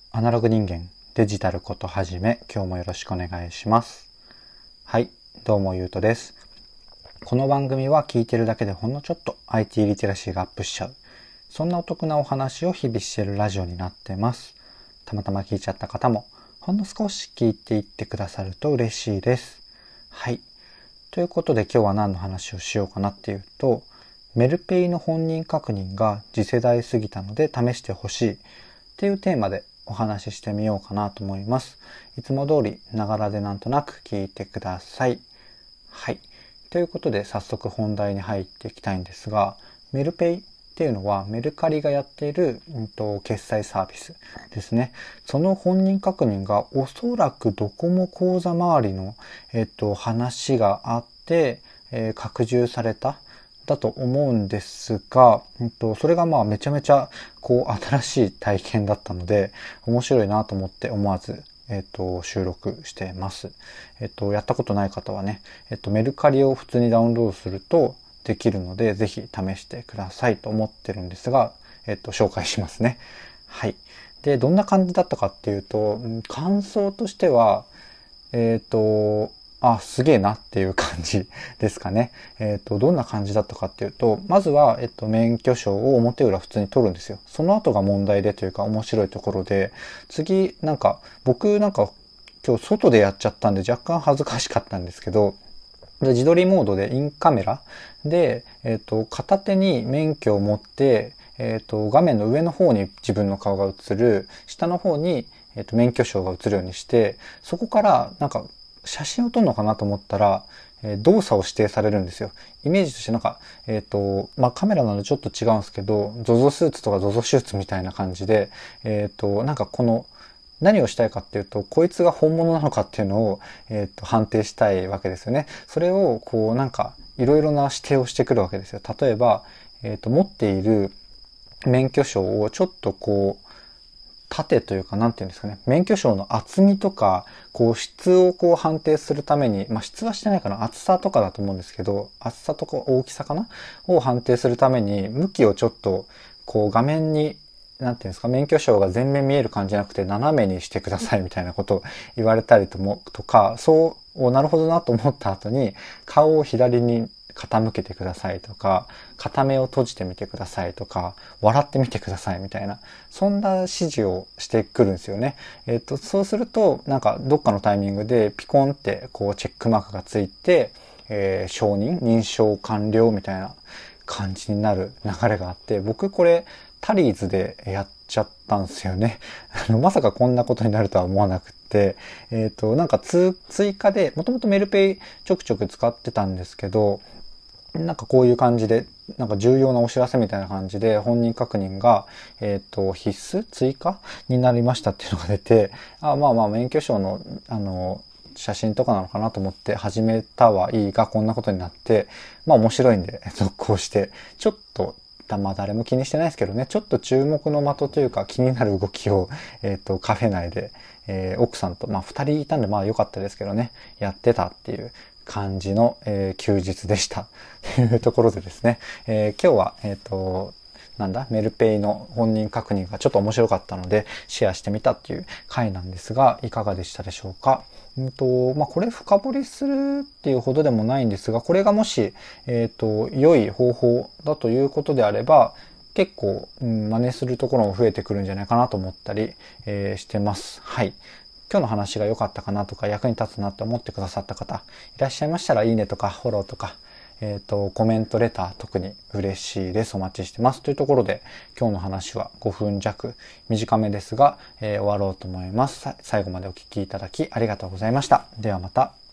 アナログ人間デジタルことはじめ、今日もよろしくお願いします。はい、どうもゆうとです。この番組は聞いてるだけでほんのちょっと IT リテラシーがアップしちゃう、そんなお得なお話を日々しているラジオになってます。たまたま聞いちゃった方もほんの少し聞いていってくださると嬉しいです。はい、ということで今日は何の話をしようかなっていうと、メルペイの本人確認が次世代すぎたので試してほしいっていうテーマでお話ししてみようかなと思います。いつも通りながらでなんとなく聞いてください。はい。ということで早速本題に入っていきたいんですが、メルペイっていうのはメルカリがやっている、決済サービスですね。その本人確認がおそらくドコモ口座周りの、話があって、拡充されただと思うんですが、それがめちゃめちゃ新しい体験だったので面白いなと思って思わず収録しています。やったことない方はね、メルカリを普通にダウンロードするとできるので、ぜひ試してくださいと思ってるんですが、紹介しますね。はい。で、どんな感じだったかっていうと、感想としては、すげえなっていう感じですかね。どんな感じだったかっていうと、まずは、免許証を表裏普通に取るんですよ。その後が問題でというか面白いところで、次、僕今日外でやっちゃったんで若干恥ずかしかったんですけど、自撮りモードでインカメラで、片手に免許を持って、画面の上の方に自分の顔が映る、下の方に、免許証が映るようにして、そこから写真を撮るのかなと思ったら、動作を指定されるんですよ。イメージとしてカメラなのでちょっと違うんですけど、ZOZO スーツとか ZOZO シューツみたいな感じで、この、何をしたいかっていうと、こいつが本物なのかっていうのを、判定したいわけですよね。それを、いろいろな指定をしてくるわけですよ。例えば、持っている免許証をちょっと縦というか、なんていうんですかね。免許証の厚みとか、質を判定するために、質はしてないかな。厚さとかだと思うんですけど、厚さとか大きさかなを判定するために、向きをちょっと、画面に、なんていうんですか、免許証が全面見える感じじゃなくて、斜めにしてくださいみたいなことを言われたりとか、なるほどなと思った後に、顔を左に傾けてくださいとか、片目を閉じてみてくださいとか、笑ってみてくださいみたいな、そんな指示をしてくるんですよね。そうすると、どっかのタイミングでピコンってチェックマークがついて、認証完了みたいな感じになる流れがあって、僕これタリーズでやっちゃったんですよね。まさかこんなことになるとは思わなくて、追加で、もともとメルペイちょくちょく使ってたんですけど、こういう感じで、重要なお知らせみたいな感じで本人確認が、必須追加になりましたっていうのが出て、免許証の、写真とかなのかなと思って始めたはいいが、こんなことになって、面白いんで続行して、ちょっと、誰も気にしてないですけどね、ちょっと注目の的というか気になる動きを、カフェ内で、奥さんと、二人いたんで良かったですけどね、やってたっていう感じの、休日でしたというところでですね、今日は、メルペイの本人確認がちょっと面白かったのでシェアしてみたっていう回なんですが、いかがでしたでしょうか。これ深掘りするっていうほどでもないんですが、これがもし、良い方法だということであれば、結構、真似するところも増えてくるんじゃないかなと思ったり、してます。はい。今日の話が良かったかなとか役に立つなって思ってくださった方いらっしゃいましたら、いいねとかフォローとか、コメントレター特に嬉しいです。お待ちしてます。というところで、今日の話は5分弱短めですが、終わろうと思います。最後までお聞きいただきありがとうございました。ではまた。